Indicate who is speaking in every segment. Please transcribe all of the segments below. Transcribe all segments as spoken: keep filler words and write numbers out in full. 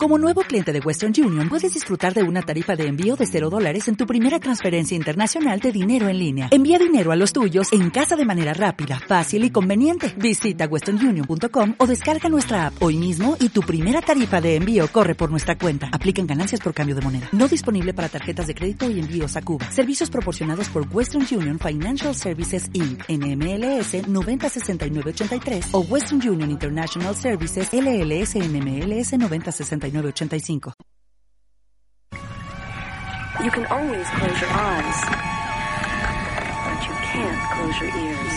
Speaker 1: Como nuevo cliente de Western Union, puedes disfrutar de una tarifa de envío de cero dólares en tu primera transferencia internacional de dinero en línea. Envía dinero a los tuyos en casa de manera rápida, fácil y conveniente. Visita western union punto com o descarga nuestra app hoy mismo y tu primera tarifa de envío corre por nuestra cuenta. Aplican ganancias por cambio de moneda. No disponible para tarjetas de crédito y envíos a Cuba. Servicios proporcionados por Western Union Financial Services Incorporated, N M L S noventa sesenta y nueve ochenta y tres o Western Union International Services L L S N M L S noventa sesenta y nueve ochenta y cinco.
Speaker 2: You can always close your eyes, but you can't close your ears.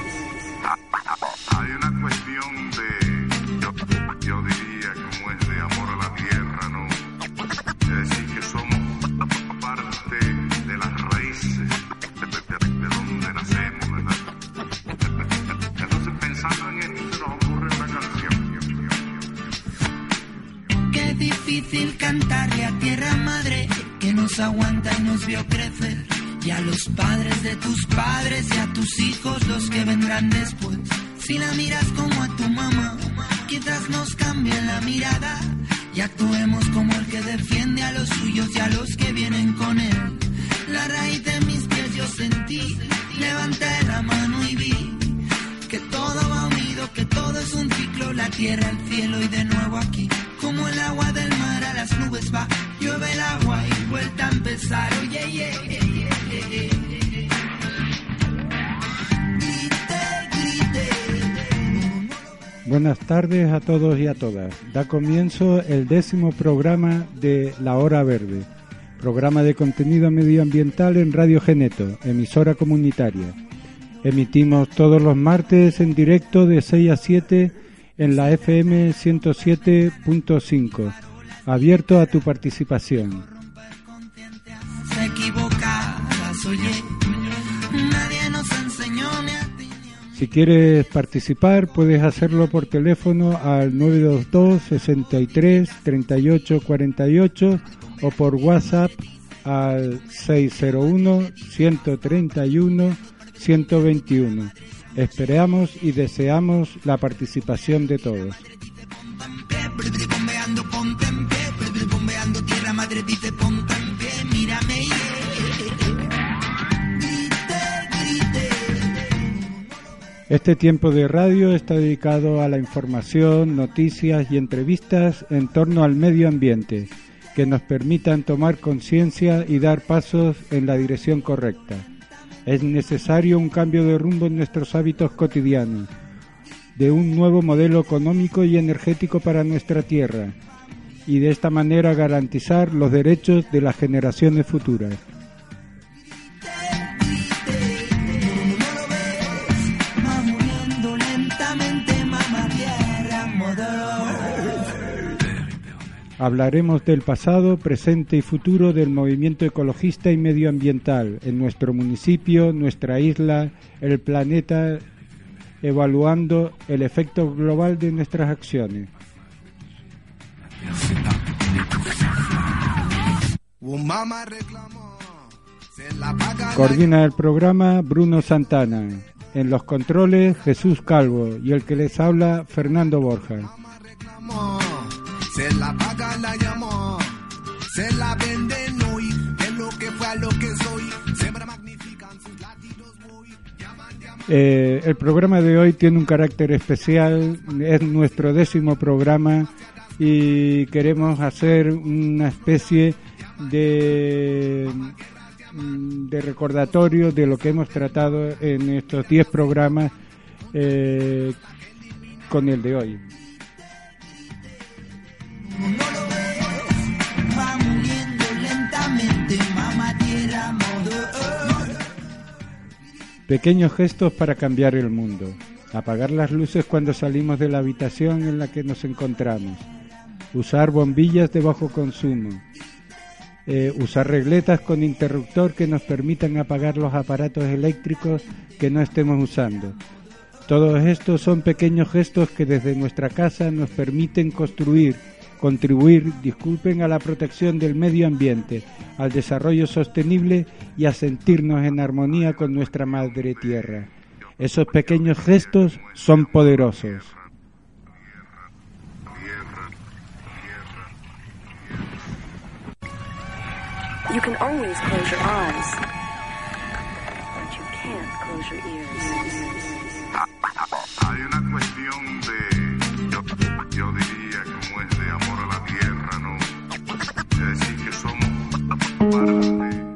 Speaker 3: Hay una cuestión de, yo, yo diría, como es de amor a la tierra, ¿no? Es decir, que somos parte de las raíces de, de, de, de donde nacemos, ¿verdad? Entonces, pensando en esto, se nos ocurre una canción.
Speaker 4: Qué difícil cantarle a tierra madre que nos aguanta y nos vio crecer, y a los padres de tus padres y a tus hijos, los que vendrán después. Si la miras como a tu mamá, quizás nos cambie la mirada y actuemos como el que defiende a los suyos y a los que vienen con él. La raíz de mis pies yo sentí, levanté la mano y vi que todo va unido, que todo es un ciclo, la tierra, el cielo y de nuevo aquí. Como el agua del mar a las nubes va, llueve el agua y vuelta a empezar. Oye, oh, yeah, yeah, yeah, yeah, yeah.
Speaker 5: Buenas tardes a todos y a todas. Da comienzo el décimo programa de La Hora Verde, programa de contenido medioambiental en Radio Geneto, emisora comunitaria. Emitimos todos los martes en directo de seis a siete en la F M ciento siete punto cinco, abierto a tu participación. Si quieres participar, puedes hacerlo por teléfono al nueve dos dos, sesenta y tres, treinta y ocho cuarenta y ocho o por WhatsApp al seis cero uno, ciento treinta y uno, ciento veintiuno. Esperamos y deseamos la participación de todos. Este tiempo de radio está dedicado a la información, noticias y entrevistas en torno al medio ambiente, que nos permitan tomar conciencia y dar pasos en la dirección correcta. Es necesario un cambio de rumbo en nuestros hábitos cotidianos, de un nuevo modelo económico y energético para nuestra tierra, y de esta manera garantizar los derechos de las generaciones futuras. Hablaremos del pasado, presente y futuro del movimiento ecologista y medioambiental en nuestro municipio, nuestra isla, el planeta, evaluando el efecto global de nuestras acciones. Coordina el programa Bruno Santana. En los controles, Jesús Calvo, y el que les habla, Fernando Borja.
Speaker 6: Se la paga, la llamó, se la venden hoy, es lo que fue a lo que soy, siempre magnifican sus latidos voy, llaman, llaman.
Speaker 5: Eh, el programa de hoy tiene un carácter especial, es nuestro décimo programa y queremos hacer una especie de, de recordatorio de lo que hemos tratado en estos diez programas eh, con el de hoy.
Speaker 4: No lo ves, va muriendo lentamente, mamá tierra, modo.
Speaker 5: Pequeños gestos para cambiar el mundo. Apagar las luces cuando salimos de la habitación en la que nos encontramos. Usar bombillas de bajo consumo. Eh, usar regletas con interruptor que nos permitan apagar los aparatos eléctricos que no estemos usando. Todos estos son pequeños gestos que desde nuestra casa nos permiten construir contribuir, disculpen, a la protección del medio ambiente, al desarrollo sostenible y a sentirnos en armonía con nuestra madre tierra. Esos pequeños gestos son poderosos.
Speaker 2: You can always close your eyes, but you can't close your ears.
Speaker 3: Hay una cuestión de, yo, yo diría como es de amor a la tierra, ¿no? Es decir, que somos parte de la raíz.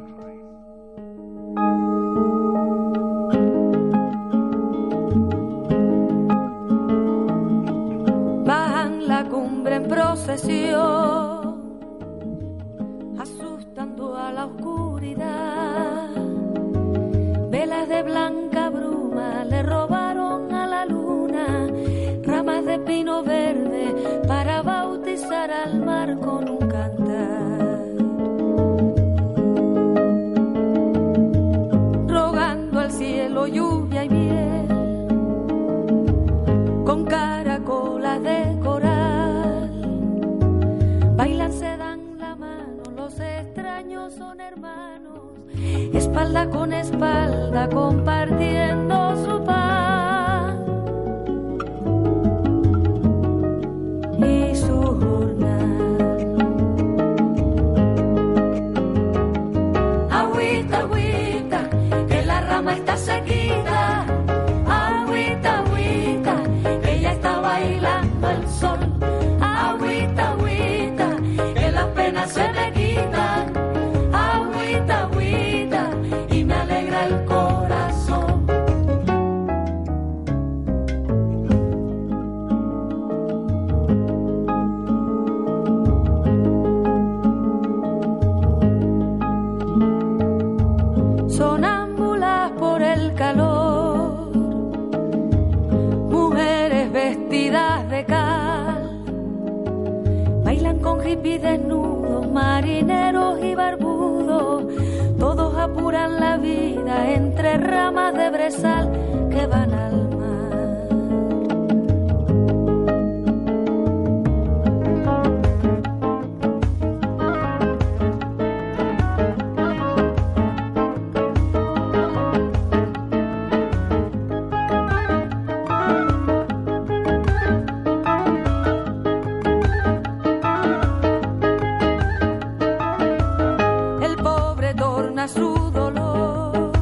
Speaker 7: Bajan la cumbre en procesión, asustando a la oscuridad. Velas de blanca bruma le robaron a la luna, ramas de pino verde para bautizar al mar con un cantar. Rogando al cielo lluvia y miel, con caracolas de coral, bailan, se dan la mano, los extraños son hermanos, espalda con espalda compartiendo su pan y su jornal. Agüita, agüita, que la rama está sequita. Agüita, agüita, que ya está bailando el sol. Agüita, agüita, que las penas se me quitan. Agüita, agüita, y me alegra el corazón. Sonámbulas por el calor, mujeres vestidas de cal, bailan con hippies desnudos, marineros y barbudos, todos apuran la vida entre ramas de brezal que van al mar. El pobre torna su dolor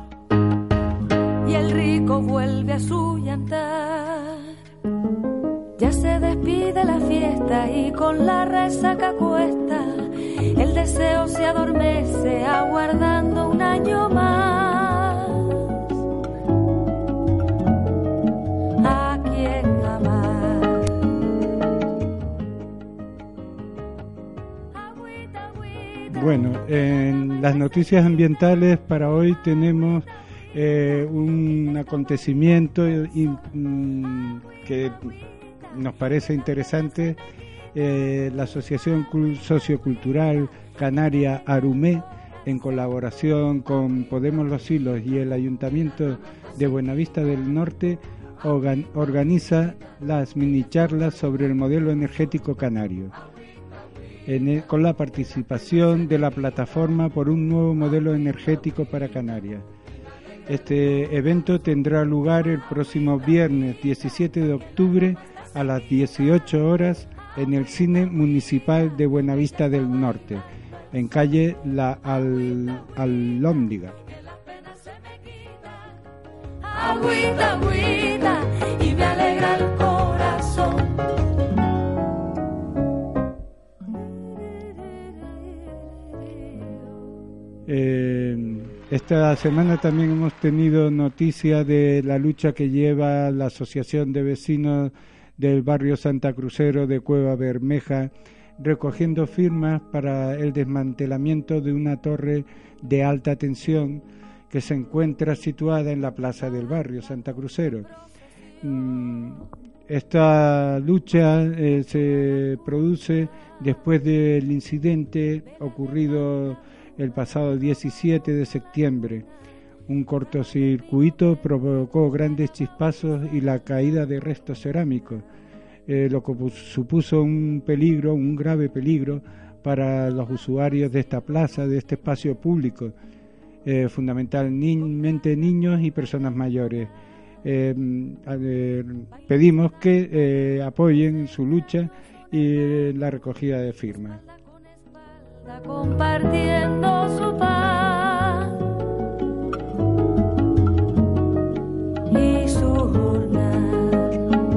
Speaker 7: y el rico vuelve a su llantar. Ya se despide la fiesta y con la resaca cuesta, el deseo se adormece aguardando un año más. ¿A quién amar? Agüita, agüita.
Speaker 5: Bueno, en las noticias ambientales para hoy tenemos eh, un acontecimiento y, mm, que nos parece interesante. Eh, la Asociación Cul- Sociocultural Canaria Arumé, en colaboración con Podemos Los Hilos y el Ayuntamiento de Buenavista del Norte, organ- organiza las mini charlas sobre el modelo energético canario, en el- con la participación de la plataforma por un nuevo modelo energético para Canarias. Este evento tendrá lugar el próximo viernes diecisiete de octubre a las dieciocho horas en el Cine Municipal de Buenavista del Norte, en calle La Al- Alhóndiga.
Speaker 7: Agüita, agüita, y me alegra el corazón.
Speaker 5: Eh, esta semana también hemos tenido noticia de la lucha que lleva la Asociación de Vecinos del barrio Santa Crucero de Cueva Bermeja, recogiendo firmas para el desmantelamiento de una torre de alta tensión que se encuentra situada en la plaza del barrio Santa Crucero. Mm, Esta lucha eh, se produce después del incidente ocurrido el pasado diecisiete de septiembre. Un cortocircuito provocó grandes chispazos y la caída de restos cerámicos, eh, lo que supuso un peligro, un grave peligro para los usuarios de esta plaza, de este espacio público, eh, fundamentalmente niños y personas mayores. Eh, eh, pedimos que eh, apoyen su lucha y eh, la recogida de firmas.
Speaker 7: Está compartiendo su paz y su jornal.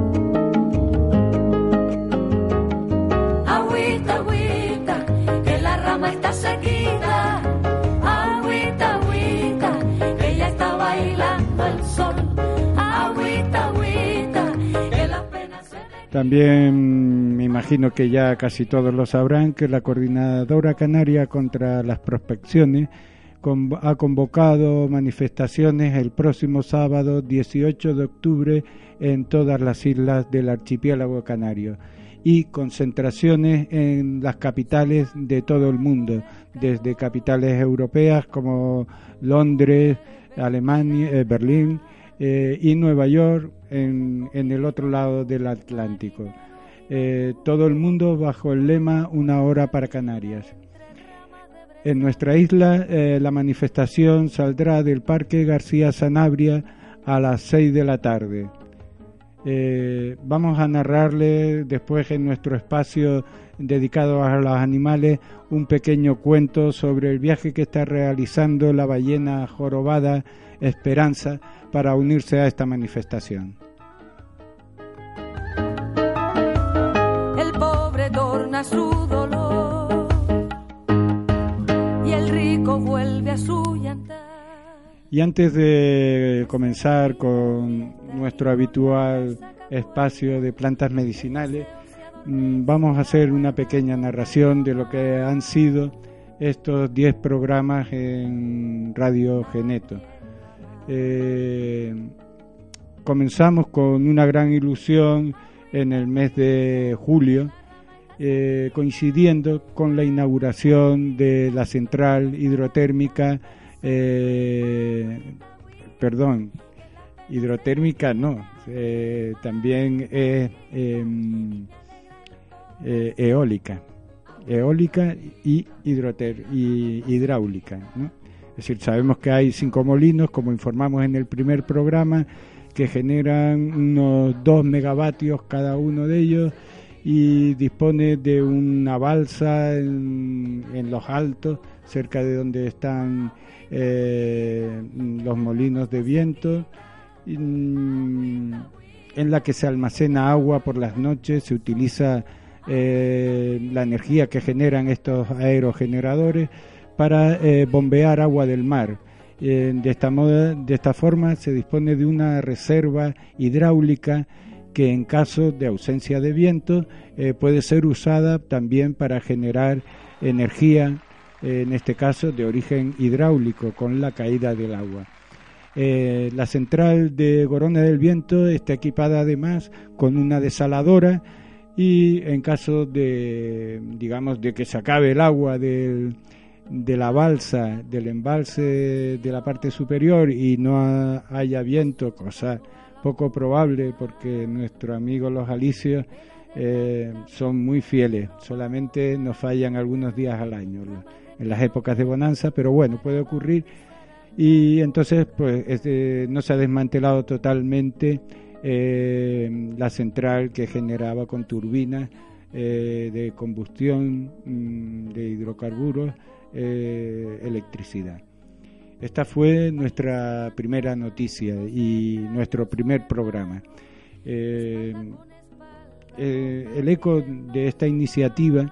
Speaker 7: Agüita, agüita, que la rama está sequita. Agüita, agüita, que ella está bailando el sol. Agüita, agüita, que las penas se...
Speaker 5: También me imagino que ya casi todos lo sabrán que la Coordinadora Canaria contra las Prospecciones con, ha convocado manifestaciones el próximo sábado dieciocho de octubre en todas las islas del archipiélago canario y concentraciones en las capitales de todo el mundo, desde capitales europeas como Londres, Alemania, eh, Berlín eh, y Nueva York en, en el otro lado del Atlántico. Eh, todo el mundo bajo el lema Una hora para Canarias. En nuestra isla eh, la manifestación saldrá del Parque García Sanabria a las seis de la tarde. Eh, vamos a narrarle después en nuestro espacio dedicado a los animales un pequeño cuento sobre el viaje que está realizando la ballena jorobada Esperanza para unirse a esta manifestación.
Speaker 7: El pobre torna su dolor y el rico vuelve a su llantar.
Speaker 5: Y antes de comenzar con nuestro habitual espacio de plantas medicinales, vamos a hacer una pequeña narración de lo que han sido estos diez programas en Radio Geneto. Eh, comenzamos con una gran ilusión en el mes de julio, eh, coincidiendo con la inauguración de la central hidrotérmica, eh, perdón, hidrotérmica no, eh, también es eh, eh, eólica, eólica y, hidroter, y hidráulica, ¿no? Es decir, sabemos que hay cinco molinos, como informamos en el primer programa, que generan unos dos megavatios cada uno de ellos y dispone de una balsa en, en los altos, cerca de donde están eh, los molinos de viento, en la que se almacena agua por las noches, se utiliza eh, la energía que generan estos aerogeneradores para eh, bombear agua del mar. Eh, de esta moda, de esta forma se dispone de una reserva hidráulica que en caso de ausencia de viento eh, puede ser usada también para generar energía, eh, en este caso de origen hidráulico, con la caída del agua. Eh, la central de Gorona del Viento está equipada además con una desaladora y en caso de, digamos, de que se acabe el agua del de la balsa, del embalse de la parte superior y no ha, haya viento, cosa poco probable porque nuestros amigos los alisios eh, son muy fieles, solamente nos fallan algunos días al año en las épocas de bonanza, pero bueno, puede ocurrir y entonces pues este, no se ha desmantelado totalmente eh, la central que generaba con turbinas eh, de combustión mmm, de hidrocarburos Eh, electricidad. Esta fue nuestra primera noticia y nuestro primer programa. Eh, eh, el eco de esta iniciativa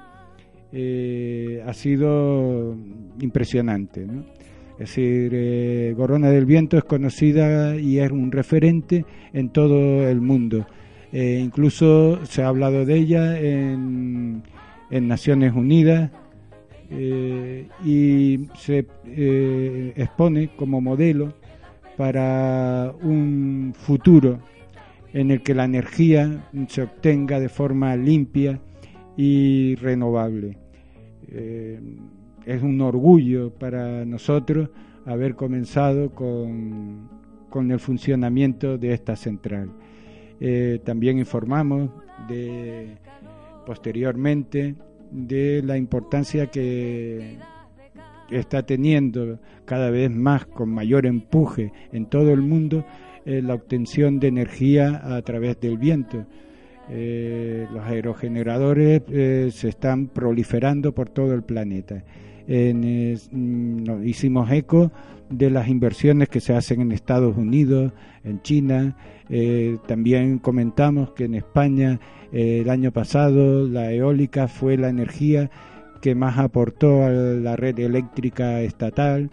Speaker 5: eh, ha sido impresionante, ¿no? Es decir, eh, Gorona del Viento es conocida y es un referente en todo el mundo. Eh, incluso se ha hablado de ella en, en Naciones Unidas. Eh, y se eh, expone como modelo para un futuro en el que la energía se obtenga de forma limpia y renovable. Eh, es un orgullo para nosotros haber comenzado con, con el funcionamiento de esta central. Eh, también informamos de posteriormente de la importancia que está teniendo cada vez más, con mayor empuje en todo el mundo, eh, la obtención de energía a través del viento. Eh, los aerogeneradores eh, se están proliferando por todo el planeta. En, eh, nos hicimos eco de las inversiones que se hacen en Estados Unidos, en China. Eh, también comentamos que en España eh, el año pasado la eólica fue la energía que más aportó a la red eléctrica estatal,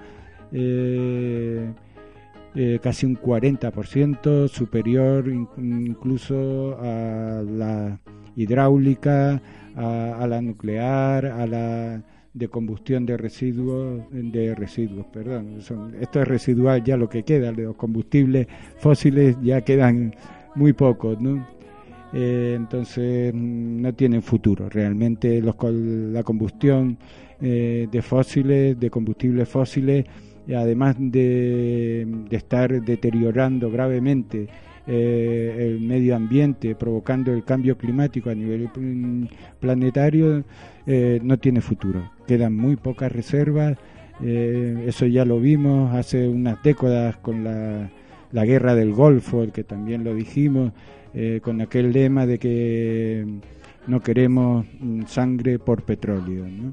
Speaker 5: eh, eh, casi un cuarenta por ciento, superior incluso a la hidráulica, a, a la nuclear, a la de combustión de residuos, de residuos, perdón, son, esto es residual ya lo que queda, de los combustibles fósiles ya quedan muy pocos, ¿no? Eh, entonces no tienen futuro realmente los, la combustión eh, de fósiles, de combustibles fósiles, además de, de estar deteriorando gravemente eh, el medio ambiente, provocando el cambio climático a nivel planetario, eh, no tiene futuro. Quedan muy pocas reservas, eh, eso ya lo vimos hace unas décadas con la, la guerra del Golfo, el que también lo dijimos, eh, con aquel lema de que no queremos sangre por petróleo, ¿no?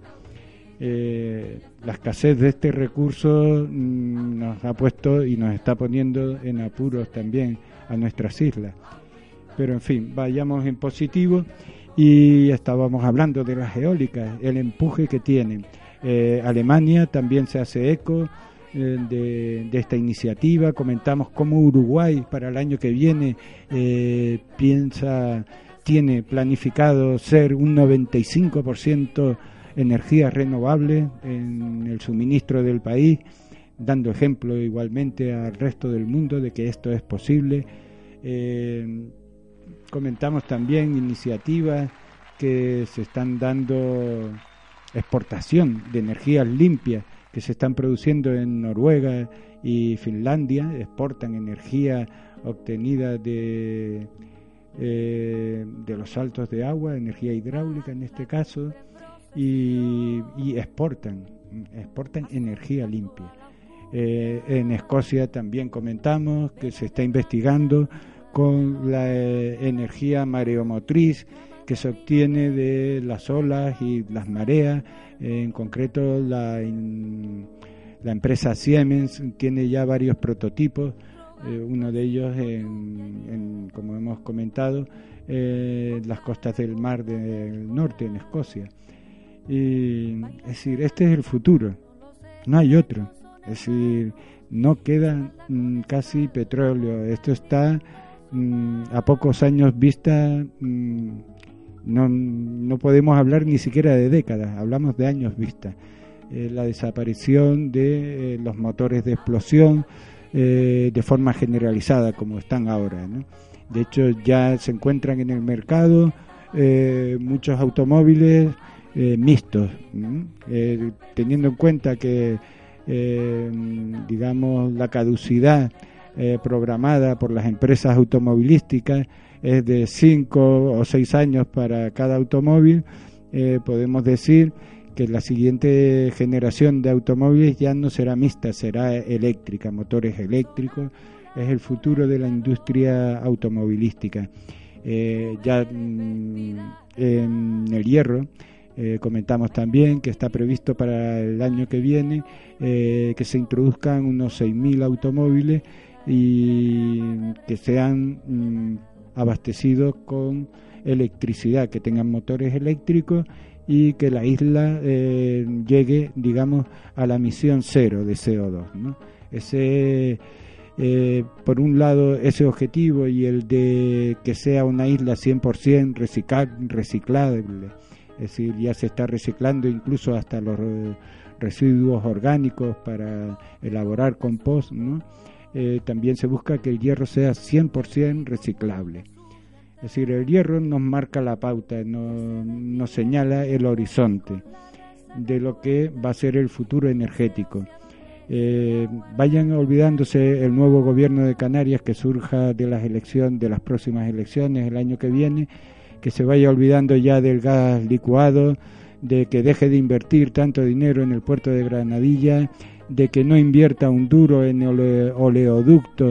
Speaker 5: Eh, la escasez de este recurso mm, nos ha puesto y nos está poniendo en apuros también a nuestras islas. Pero en fin, vayamos en positivo, y estábamos hablando de las eólicas, el empuje que tienen. Eh, Alemania también se hace eco eh, de, de esta iniciativa. Comentamos cómo Uruguay para el año que viene eh, piensa, tiene planificado ser un noventa y cinco por ciento energías renovables en el suministro del país, dando ejemplo igualmente al resto del mundo de que esto es posible. Eh, comentamos también iniciativas que se están dando, exportación de energías limpias que se están produciendo en Noruega y Finlandia, exportan energía obtenida de, eh, de los saltos de agua, energía hidráulica en este caso, y, y exportan, exportan energía limpia. Eh, en Escocia también comentamos que se está investigando con la eh, energía mareomotriz que se obtiene de las olas y las mareas. Eh, en concreto la, in, la empresa Siemens tiene ya varios prototipos, eh, uno de ellos en, en, como hemos comentado, eh, las costas del Mar del Norte en Escocia. Y, es decir, este es el futuro, no hay otro. Es decir, no queda mm, casi petróleo. Esto está mm, a pocos años vista. Mm, no, no podemos hablar ni siquiera de décadas, hablamos de años vista. Eh, la desaparición de eh, los motores de explosión eh, de forma generalizada como están ahora, ¿no? De hecho, ya se encuentran en el mercado eh, muchos automóviles eh, mixtos, eh, teniendo en cuenta que Eh, digamos la caducidad eh, programada por las empresas automovilísticas es de cinco o seis años para cada automóvil. Eh, podemos decir que la siguiente generación de automóviles ya no será mixta, será eléctrica, motores eléctricos. Es el futuro de la industria automovilística. Eh, ya mm, en el hierro Eh, comentamos también que está previsto para el año que viene eh, que se introduzcan unos seis mil automóviles y que sean mm, abastecidos con electricidad, que tengan motores eléctricos y que la isla eh, llegue, digamos, a la emisión cero de C O dos, ¿no? Ese, eh, por un lado, ese objetivo y el de que sea una isla cien por ciento recicla- reciclable. Es decir, ya se está reciclando incluso hasta los residuos orgánicos para elaborar compost, ¿no? Eh, también se busca que el hierro sea cien por ciento reciclable. Es decir, el hierro nos marca la pauta, nos, nos señala el horizonte de lo que va a ser el futuro energético. Eh, vayan olvidándose el nuevo gobierno de Canarias que surja de las elecciones, de las próximas elecciones el año que viene, que se vaya olvidando ya del gas licuado, de que deje de invertir tanto dinero en el puerto de Granadilla, de que no invierta un duro en ole- oleoductos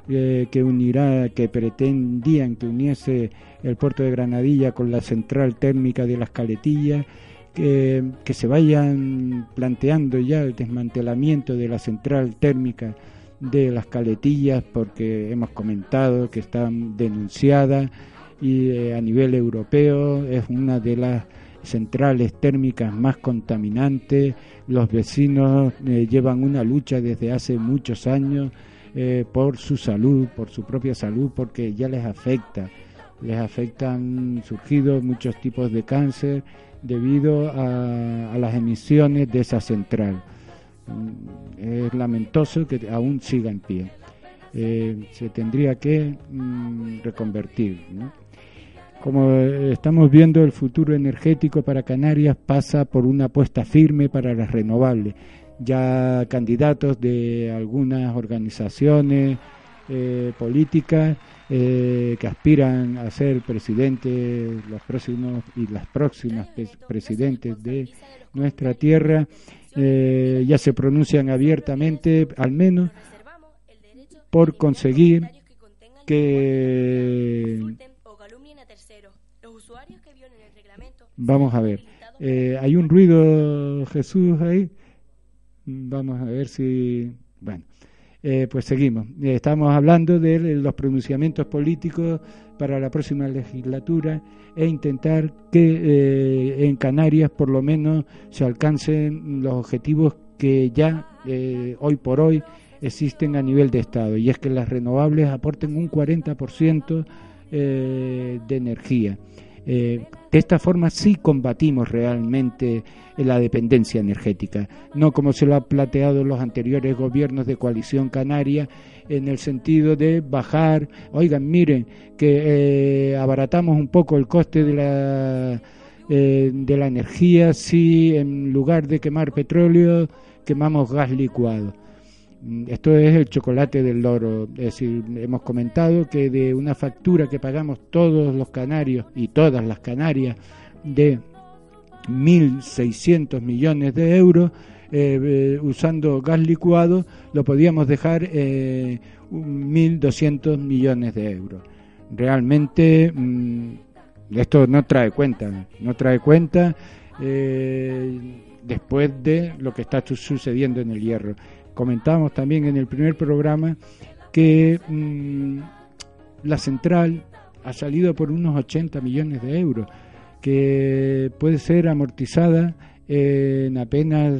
Speaker 5: eh, que unirá, que pretendían que uniese el puerto de Granadilla con la central térmica de Las Caletillas, que, que se vayan planteando ya el desmantelamiento de la central térmica de Las Caletillas, porque hemos comentado que está denunciada y eh, a nivel europeo es una de las centrales térmicas más contaminantes. Los vecinos eh, llevan una lucha desde hace muchos años eh, por su salud, por su propia salud, porque ya les afecta, les afectan surgido muchos tipos de cáncer debido a, a las emisiones de esa central. Es lamentoso que aún siga en pie. Eh, se tendría que mm, reconvertir, ¿no? Como estamos viendo, el futuro energético para Canarias pasa por una apuesta firme para las renovables. Ya candidatos de algunas organizaciones eh, políticas eh, que aspiran a ser presidentes, los próximos y las próximas presidentes de nuestra tierra, eh, ya se pronuncian abiertamente, al menos por conseguir que... Vamos a ver, eh, hay un ruido, Jesús, ahí. Vamos a ver si... Bueno, eh, pues seguimos. Eh, estamos hablando de los pronunciamientos políticos para la próxima legislatura e intentar que eh, en Canarias por lo menos se alcancen los objetivos que ya eh, hoy por hoy existen a nivel de Estado, y es que las renovables aporten un cuarenta por ciento eh, de energía. Eh, de esta forma sí combatimos realmente la dependencia energética, no como se lo han planteado los anteriores gobiernos de coalición canaria, en el sentido de bajar, oigan, miren, que eh, abaratamos un poco el coste de la, eh, de la energía si en lugar de quemar petróleo quemamos gas licuado. Esto es el chocolate del loro. Es decir, hemos comentado que de una factura que pagamos todos los canarios y todas las Canarias de mil seiscientos millones de euros, eh, eh, usando gas licuado, lo podíamos dejar eh, mil doscientos millones de euros. Realmente mmm, esto no trae cuenta, no trae cuenta eh, después de lo que está sucediendo en el Hierro. Comentábamos también en el primer programa que mmm, la central ha salido por unos ochenta millones de euros, que puede ser amortizada en apenas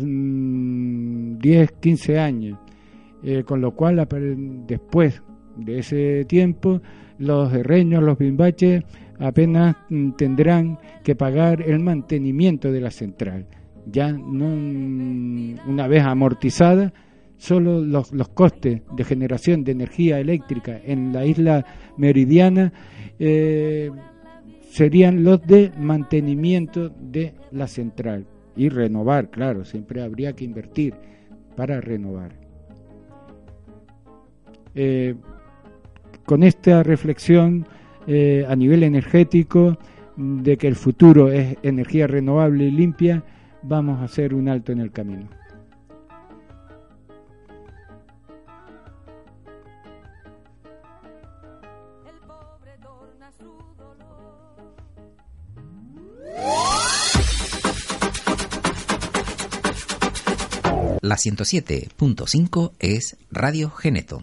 Speaker 5: mmm, diez, quince años, eh, con lo cual después de ese tiempo los herreños, los bimbaches apenas mmm, tendrán que pagar el mantenimiento de la central. Ya no, una vez amortizada, solo los, los costes de generación de energía eléctrica en la isla Meridiana eh, serían los de mantenimiento de la central y renovar, claro, siempre habría que invertir para renovar. Eh, con esta reflexión eh, a nivel energético de que el futuro es energía renovable y limpia, vamos a hacer un alto en el camino.
Speaker 8: La ciento siete punto cinco es Radio Geneto.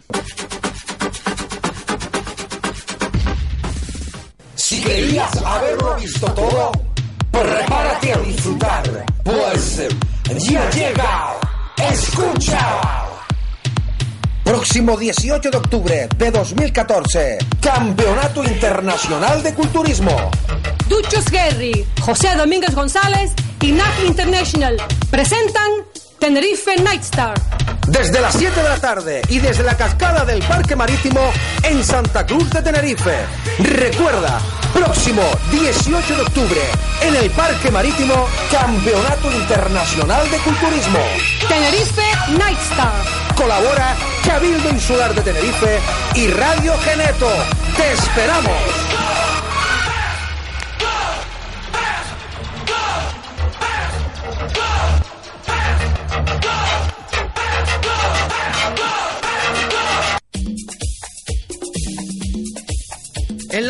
Speaker 9: Si querías haberlo visto todo, prepárate a disfrutar, pues ya llega. Escucha. Próximo dieciocho de octubre de dos mil catorce, Campeonato Internacional de Culturismo.
Speaker 10: Duchos Guerri, José Domínguez González y N A C International presentan Tenerife Nightstar.
Speaker 9: Desde las siete de la tarde y desde la cascada del Parque Marítimo en Santa Cruz de Tenerife. Recuerda, próximo dieciocho de octubre en el Parque Marítimo, Campeonato Internacional de Culturismo.
Speaker 10: Tenerife Nightstar.
Speaker 9: Colabora Cabildo Insular de Tenerife y Radio Geneto. ¡Te esperamos!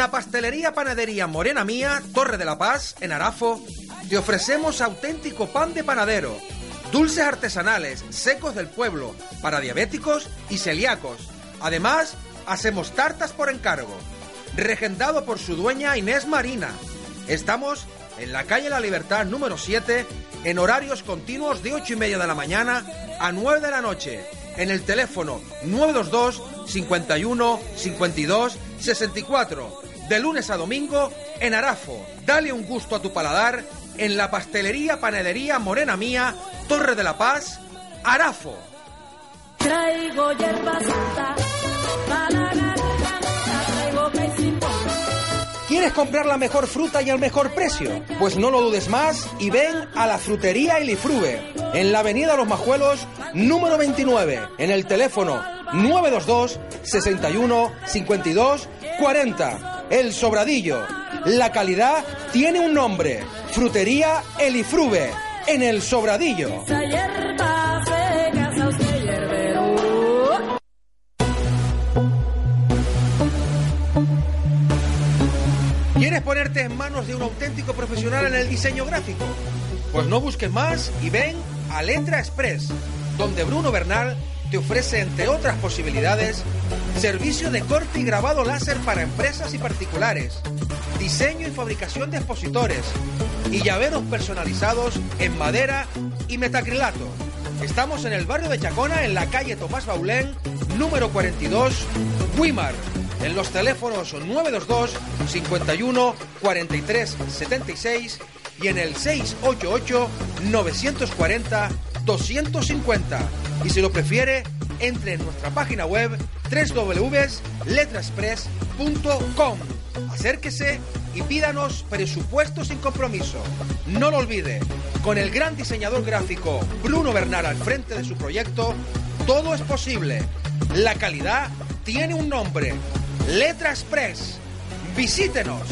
Speaker 9: la pastelería Panadería Morena Mía, Torre de la Paz, en Arafo, te ofrecemos auténtico pan de panadero, dulces artesanales, secos del pueblo, para diabéticos y celíacos. Además, hacemos tartas por encargo. Regendado por su dueña Inés Marina. Estamos en la calle La Libertad número siete, en horarios continuos de ocho y media de la mañana a nueve de la noche, en el teléfono nueve dos dos, cincuenta y uno, cincuenta y dos, sesenta y cuatro, de lunes a domingo en Arafo. Dale un gusto a tu paladar en la pastelería Panadería Morena Mía, Torre de la Paz, Arafo.
Speaker 7: Traigo hierba santa para la garganta, traigo pez.
Speaker 9: ¿Quieres comprar la mejor fruta y al mejor precio? Pues no lo dudes más y ven a la frutería Elifrube, en la avenida Los Majuelos, número veintinueve, en el teléfono nueve dos dos, sesenta y uno, cincuenta y dos, cuarenta. El Sobradillo. La calidad tiene un nombre. Frutería Elifrube, en el Sobradillo. ¿Quieres ponerte en manos de un auténtico profesional en el diseño gráfico? Pues no busques más y ven a Letra Express, donde Bruno Bernal te ofrece, entre otras posibilidades, servicio de corte y grabado láser para empresas y particulares, diseño y fabricación de expositores y llaveros personalizados en madera y metacrilato. Estamos en el barrio de Chacona, en la calle Tomás Baulén, número cuarenta y dos, Guimar. En los teléfonos nueve dos dos, cincuenta y uno, cuarenta y tres, setenta y seis y en el seis ocho ocho, nueve cuatro cero, dos cincuenta. Y si lo prefiere, entre en nuestra página web doble u doble u doble u punto letra express punto com. Acérquese y pídanos presupuesto sin compromiso. No lo olvide, con el gran diseñador gráfico Bruno Bernal al frente de su proyecto, todo es posible. La calidad tiene un nombre. Letra Express. Visítenos.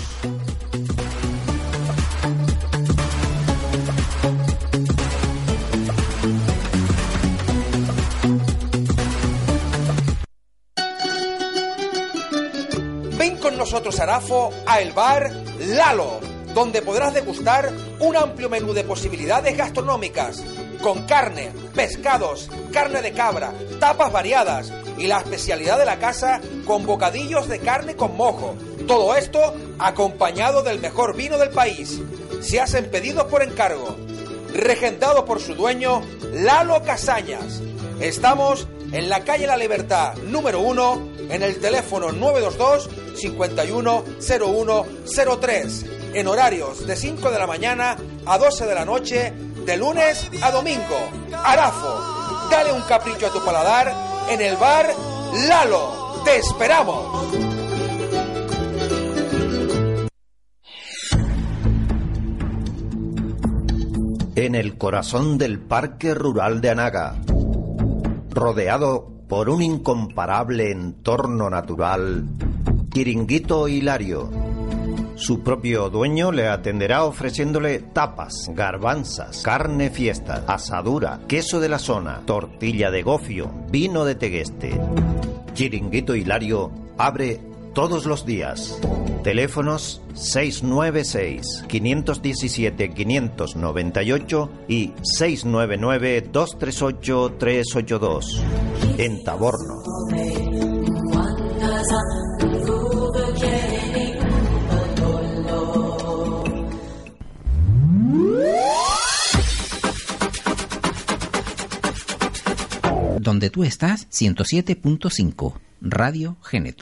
Speaker 9: Ven con nosotros, Arafo, a el bar Lalo, donde podrás degustar un amplio menú de posibilidades gastronómicas, con carne, pescados, carne de cabra, tapas variadas y la especialidad de la casa con bocadillos de carne con mojo. Todo esto acompañado del mejor vino del país. Se hacen pedidos por encargo. Regendado por su dueño, Lalo Casañas. Estamos en la calle La Libertad, número uno, en el teléfono nueve dos dos, cincuenta y uno, cero uno, cero tres, en horarios de cinco de la mañana a doce de la noche, de lunes a domingo. Arafo, dale un capricho a tu paladar en el bar Lalo. ¡Te esperamos!
Speaker 11: En el corazón del Parque Rural de Anaga, rodeado por un incomparable entorno natural, Chiringuito Hilario. Su propio dueño le atenderá ofreciéndole tapas, garbanzas, carne fiesta, asadura, queso de la zona, tortilla de gofio, vino de Tegueste. Chiringuito Hilario abre todos los días. Teléfonos seis nueve seis, cinco uno siete, cinco nueve ocho y seis nueve nueve, dos tres ocho, tres ocho dos. En Taborno.
Speaker 8: Donde tú estás, ciento siete punto cinco, Radio Géneto.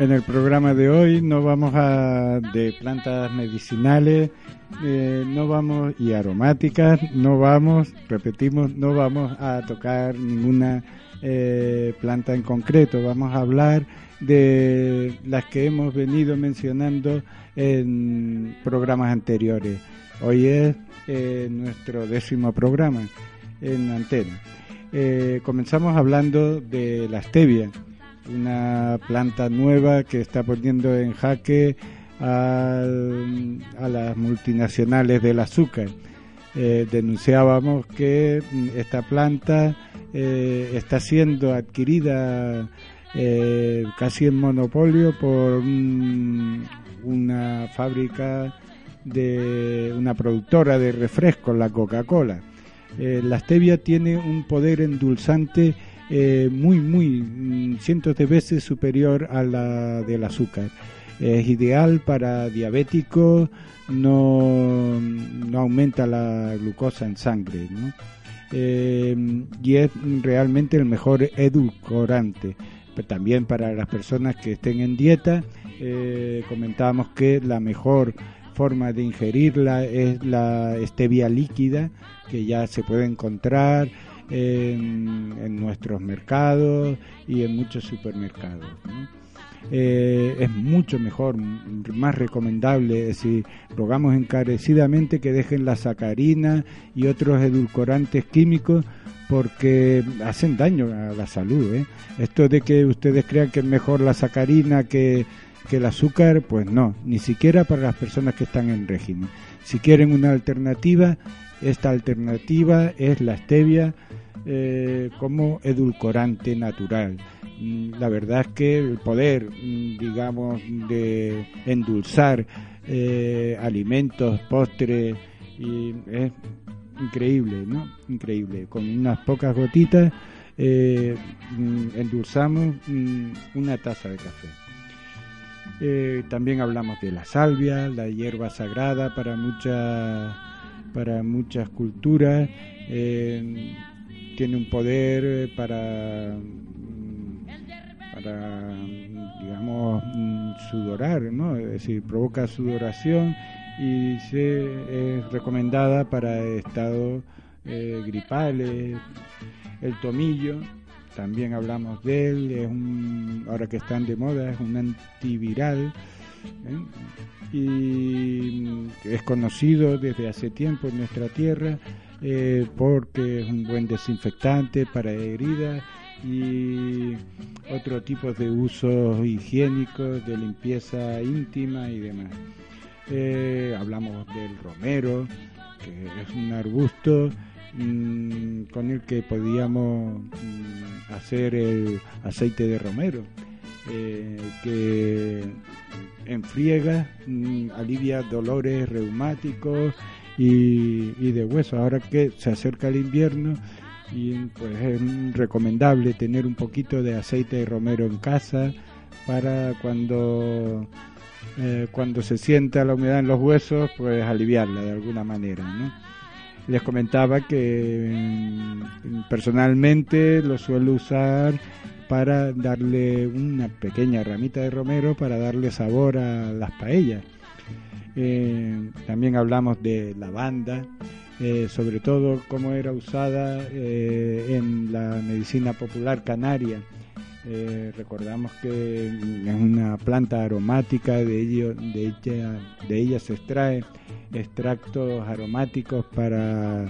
Speaker 5: En el programa de hoy no vamos a de plantas medicinales, eh, no vamos y aromáticas, no vamos, repetimos, no vamos a tocar ninguna eh, planta en concreto. Vamos a hablar de las que hemos venido mencionando en programas anteriores. Hoy es eh, nuestro décimo programa en Antena. Eh, comenzamos hablando de la stevia, una planta nueva que está poniendo en jaque a, a las multinacionales del azúcar. Eh, denunciábamos que esta planta eh, está siendo adquirida eh, casi en monopolio por un, una fábrica de una productora de refrescos, la Coca-Cola. Eh, la stevia tiene un poder endulzante Eh, muy, muy, cientos de veces superior a la del azúcar. Es ideal para diabéticos, no, no aumenta la glucosa en sangre, ¿no? Eh, y es realmente el mejor edulcorante. Pero también para las personas que estén en dieta, eh, comentábamos que la mejor forma de ingerirla es la stevia líquida, que ya se puede encontrar En, en nuestros mercados y en muchos supermercados, ¿no? Eh, es mucho mejor, más recomendable, es decir, rogamos encarecidamente que dejen la sacarina y otros edulcorantes químicos porque hacen daño a la salud, ¿eh? Esto de que ustedes crean que es mejor la sacarina que, que el azúcar, pues no, ni siquiera para las personas que están en régimen. Si quieren una alternativa, esta alternativa es la stevia eh, como edulcorante natural. La verdad es que el poder, digamos, de endulzar eh, alimentos, postres, y es increíble, ¿no? Increíble. Con unas pocas gotitas eh, endulzamos una taza de café. Eh, también hablamos de la salvia, la hierba sagrada para muchas para muchas culturas. Eh, tiene un poder para para digamos sudorar, ¿no? Es decir, provoca sudoración y se, es recomendada para estados eh, gripales. El tomillo, también hablamos de él, es un, ahora que están de moda, es un antiviral, ¿eh? Y es conocido desde hace tiempo en nuestra tierra eh, porque es un buen desinfectante para heridas y otro tipo de usos higiénicos, de limpieza íntima y demás. Eh, hablamos del romero, que es un arbusto mmm, con el que podíamos mmm, hacer el aceite de romero, eh, que enfriega, mmm, alivia dolores reumáticos y, y de hueso. Ahora que se acerca el invierno, y pues es recomendable tener un poquito de aceite de romero en casa para cuando eh, cuando se sienta la humedad en los huesos, pues aliviarla de alguna manera, ¿no? Les comentaba que eh, personalmente lo suelo usar para darle una pequeña ramita de romero para darle sabor a las paellas. Eh, también hablamos de lavanda, eh, sobre todo cómo era usada eh, en la medicina popular canaria. Eh, recordamos que es una planta aromática, de, ello, de, ella, de ella se extrae extractos aromáticos para,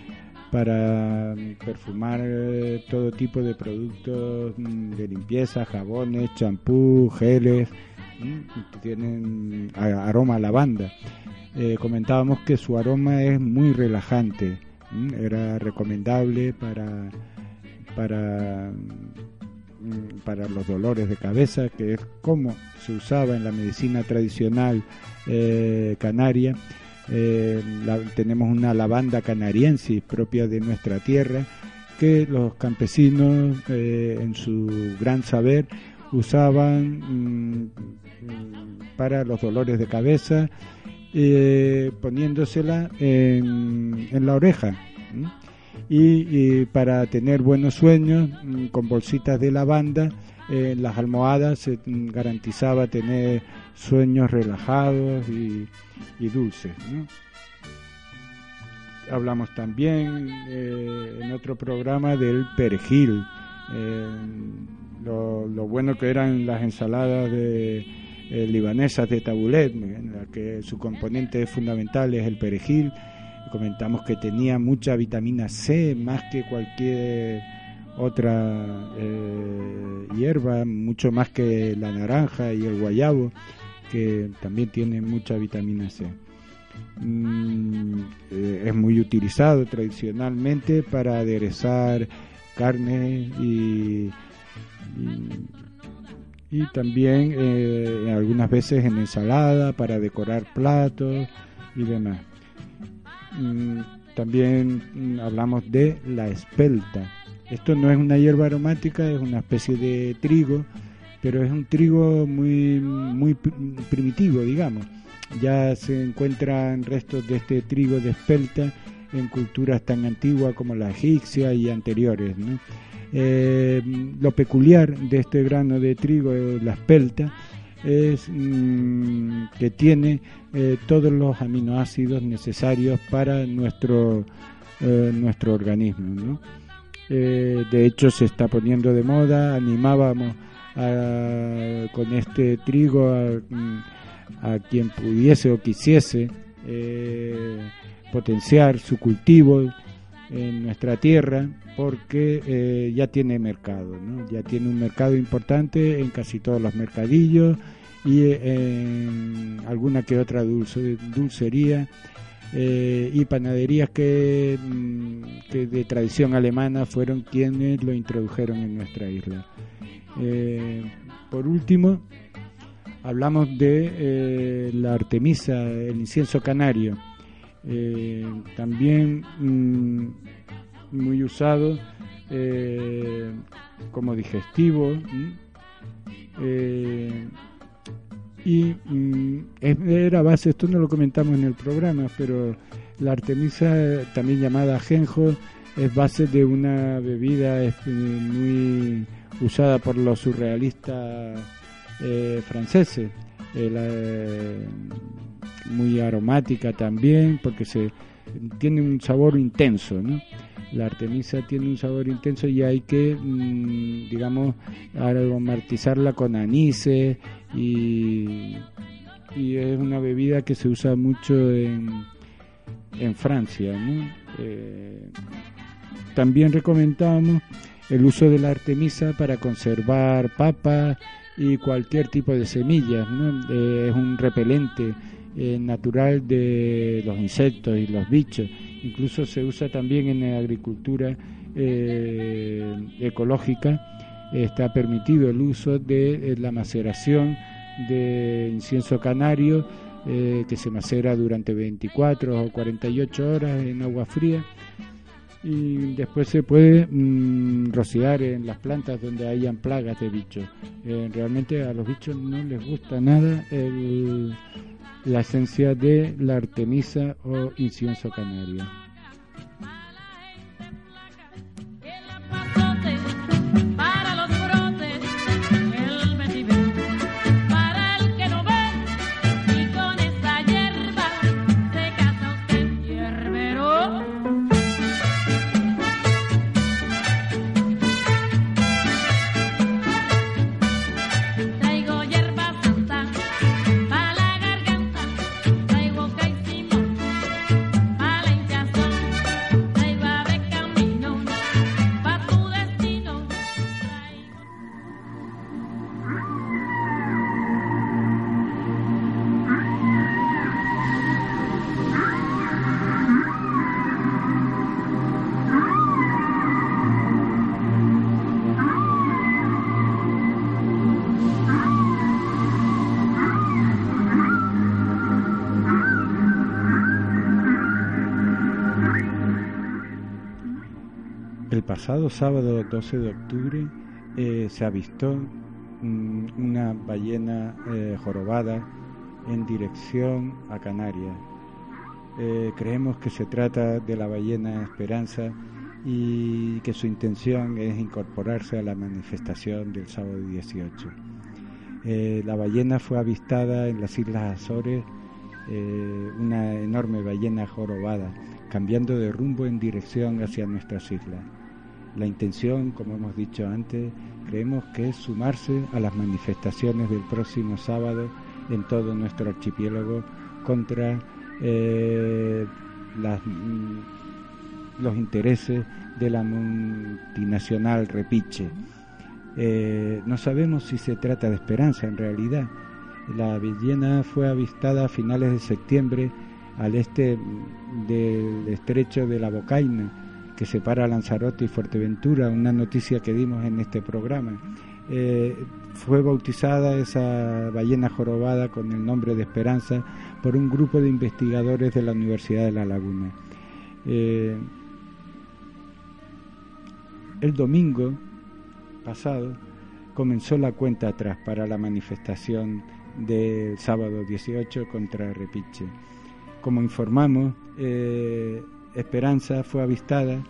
Speaker 5: para perfumar eh, todo tipo de productos de limpieza, jabones, champú, geles, ¿m? Tienen aroma a lavanda. Eh, comentábamos que su aroma es muy relajante, ¿m? Era recomendable para para para los dolores de cabeza, que es como se usaba en la medicina tradicional eh, canaria. Eh, la, tenemos una lavanda canariensis propia de nuestra tierra que los campesinos eh, en su gran saber usaban mmm, para los dolores de cabeza, eh, poniéndosela en, en la oreja, ¿sí? Y, y para tener buenos sueños, con bolsitas de lavanda eh, las almohadas se garantizaba tener sueños relajados y, y dulces, ¿no? Hablamos también eh, en otro programa del perejil, eh, lo, lo bueno que eran las ensaladas de eh, libanesas de Tabulet, en la que su componente fundamental es el perejil. Comentamos que tenía mucha vitamina C, más que cualquier otra eh, hierba, mucho más que la naranja y el guayabo, que también tienen mucha vitamina C. Mm, eh, es muy utilizado tradicionalmente para aderezar carnes y, y, y también eh, algunas veces en ensalada para decorar platos y demás. Mm, también mm, hablamos de la espelta. Esto no es una hierba aromática, es una especie de trigo, pero es un trigo muy, muy primitivo, digamos. Ya se encuentran restos de este trigo de espelta en culturas tan antiguas como la egipcia y anteriores, ¿no? Eh, lo peculiar de este grano de trigo, la espelta, es mmm, que tiene eh, todos los aminoácidos necesarios para nuestro, eh, nuestro organismo, ¿no? Eh, de hecho se está poniendo de moda, animábamos a, con este trigo a, a quien pudiese o quisiese eh, potenciar su cultivo en nuestra tierra, porque eh, ya tiene mercado, ¿no? Ya tiene un mercado importante en casi todos los mercadillos y en alguna que otra dulce, dulcería eh, y panaderías que, que de tradición alemana fueron quienes lo introdujeron en nuestra isla. Eh, por último, hablamos de eh, la artemisa, el incienso canario, eh, también mmm, muy usado eh, como digestivo, eh, y mm, era base, esto no lo comentamos en el programa, pero la artemisa, también llamada ajenjo, es base de una bebida eh, muy usada por los surrealistas eh, franceses, eh, la, muy aromática también, porque se tiene un sabor intenso, ¿no? La artemisa tiene un sabor intenso y hay que, mmm, digamos, aromatizarla con anise y, y es una bebida que se usa mucho en, en Francia, ¿no? Eh, también recomendamos el uso de la artemisa para conservar papas y cualquier tipo de semillas, ¿no? Eh, es un repelente eh, natural de los insectos y los bichos. Incluso se usa también en la agricultura eh, ecológica. Está permitido el uso de eh, la maceración de incienso canario, eh, que se macera durante veinticuatro o cuarenta y ocho horas en agua fría, y después se puede mmm, rociar en las plantas donde hayan plagas de bichos. Eh, realmente a los bichos no les gusta nada el la esencia de la artemisa o incienso canario. El pasado sábado doce de octubre eh, se avistó mmm, una ballena eh, jorobada en dirección a Canarias. Eh, creemos que se trata de la ballena Esperanza, y que su intención es incorporarse a la manifestación del sábado dieciocho. Eh, la ballena fue avistada en las Islas Azores, eh, una enorme ballena jorobada, cambiando de rumbo en dirección hacia nuestras islas. La intención, como hemos dicho antes, creemos que es sumarse a las manifestaciones del próximo sábado en todo nuestro archipiélago contra eh, las, los intereses de la multinacional Repiche. Eh, no sabemos si se trata de esperanza en realidad. La ballena fue avistada a finales de septiembre al este del estrecho de la Bocaina, que separa Lanzarote y Fuerteventura, una noticia que dimos en este programa. Eh, fue bautizada esa ballena jorobada con el nombre de Esperanza por un grupo de investigadores de la Universidad de La Laguna. Eh, el domingo pasado comenzó la cuenta atrás para la manifestación del sábado dieciocho contra Repiche. Como informamos, eh, Esperanza fue avistada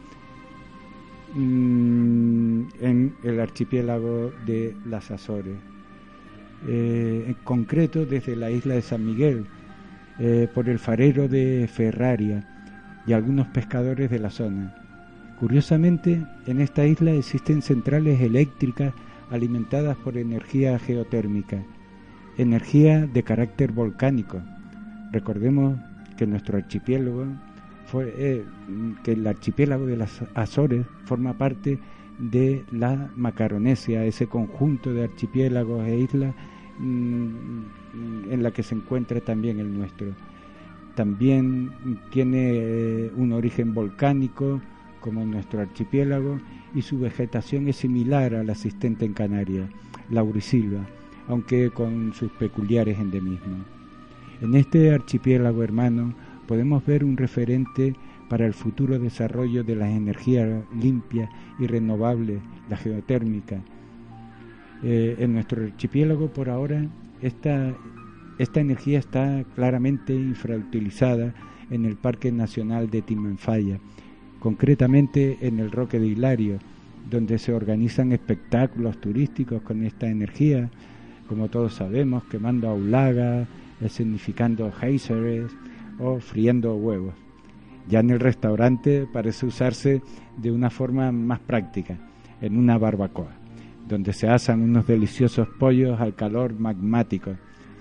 Speaker 5: mmm, en el archipiélago de las Azores, eh, en concreto desde la isla de San Miguel, eh, por el farero de Ferraria y algunos pescadores de la zona. Curiosamente, en esta isla existen centrales eléctricas alimentadas por energía geotérmica, energía de carácter volcánico. Recordemos que nuestro archipiélago fue, eh, que el archipiélago de las Azores forma parte de la Macaronesia, ese conjunto de archipiélagos e islas mmm, en la que se encuentra también el nuestro. También tiene eh, un origen volcánico como nuestro archipiélago, y su vegetación es similar a la existente en Canarias, laurisilva, aunque con sus peculiares endemismos. En este archipiélago hermano podemos ver un referente para el futuro desarrollo de las energías limpias y renovables, la geotérmica. Eh, en nuestro archipiélago por ahora esta, esta energía está claramente infrautilizada en el Parque Nacional de Timanfaya, concretamente en el Roque de Hilario, donde se organizan espectáculos turísticos con esta energía, como todos sabemos, quemando aulagas, escenificando géiseres o friendo huevos. Ya en el restaurante parece usarse de una forma más práctica, en una barbacoa, donde se asan unos deliciosos pollos al calor magmático.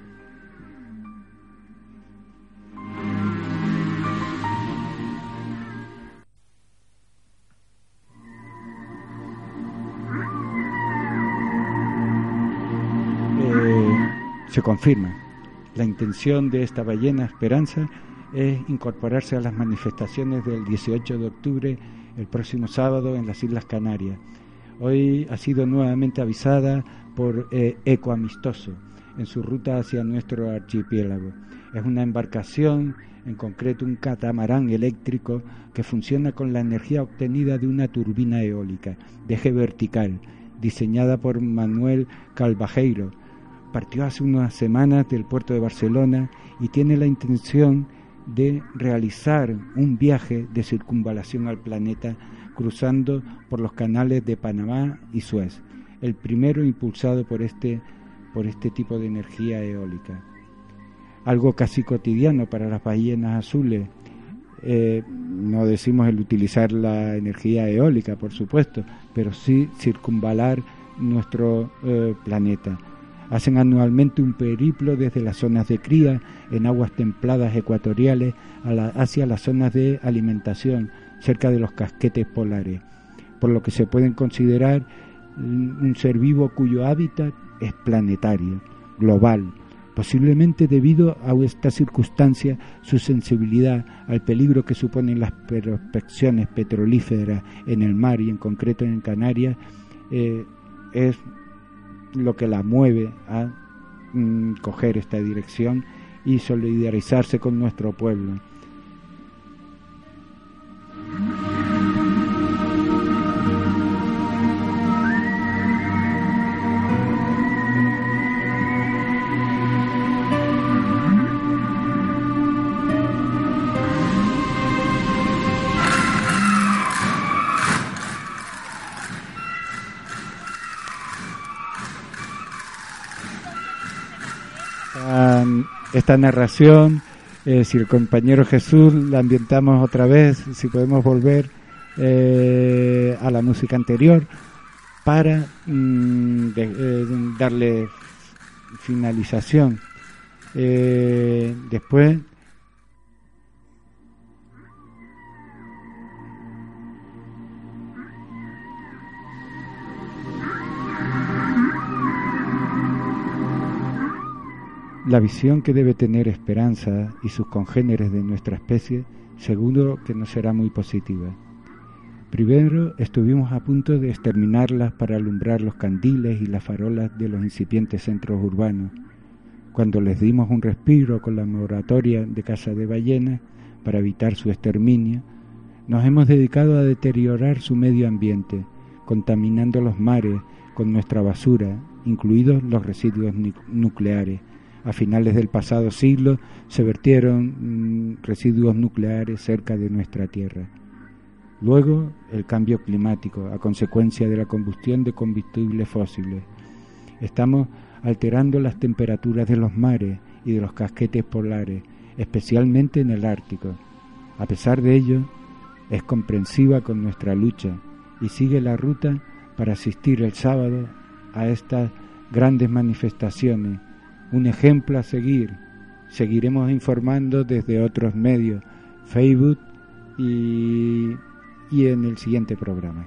Speaker 5: Se confirma, la intención de esta ballena Esperanza es incorporarse a las manifestaciones del dieciocho de octubre, el próximo sábado, en las Islas Canarias. Hoy ha sido nuevamente avisada por eh, Ecoamistoso en su ruta hacia nuestro archipiélago. Es una embarcación, en concreto un catamarán eléctrico, que funciona con la energía obtenida de una turbina eólica de eje vertical, diseñada por Manuel Calvajeiro. Partió hace unas semanas del puerto de Barcelona y tiene la intención de realizar un viaje de circunvalación al planeta cruzando por los canales de Panamá y Suez, el primero impulsado por este, por este tipo de energía eólica. Algo casi cotidiano para las ballenas azules. Eh, no decimos el utilizar la energía eólica, por supuesto, pero sí circunvalar nuestro eh, planeta. Hacen anualmente un periplo desde las zonas de cría en aguas templadas ecuatoriales a la, hacia las zonas de alimentación cerca de los casquetes polares, por lo que se pueden considerar un ser vivo cuyo hábitat es planetario, global. Posiblemente debido a esta circunstancia, su sensibilidad al peligro que suponen las prospecciones petrolíferas en el mar y en concreto en Canarias eh, es lo que la mueve a mm, coger esta dirección y solidarizarse con nuestro pueblo. esta, esta narración. Eh, si el compañero Jesús la ambientamos otra vez, si podemos volver eh, a la música anterior para mm, de, eh, darle finalización. Eh, después la visión que debe tener Esperanza y sus congéneres de nuestra especie seguro que no será muy positiva. Primero estuvimos a punto de exterminarlas para alumbrar los candiles y las farolas de los incipientes centros urbanos. Cuando les dimos un respiro con la moratoria de caza de ballenas para evitar su exterminio, nos hemos dedicado a deteriorar su medio ambiente, contaminando los mares con nuestra basura, incluidos los residuos nucleares. A finales del pasado siglo se vertieron mmm, residuos nucleares cerca de nuestra Tierra. Luego, el cambio climático, a consecuencia de la combustión de combustibles fósiles. Estamos alterando las temperaturas de los mares y de los casquetes polares, especialmente en el Ártico. A pesar de ello, es comprensiva con nuestra lucha y sigue la ruta para asistir el sábado a estas grandes manifestaciones. Un ejemplo a seguir. Seguiremos informando desde otros medios, Facebook y, y en el siguiente programa.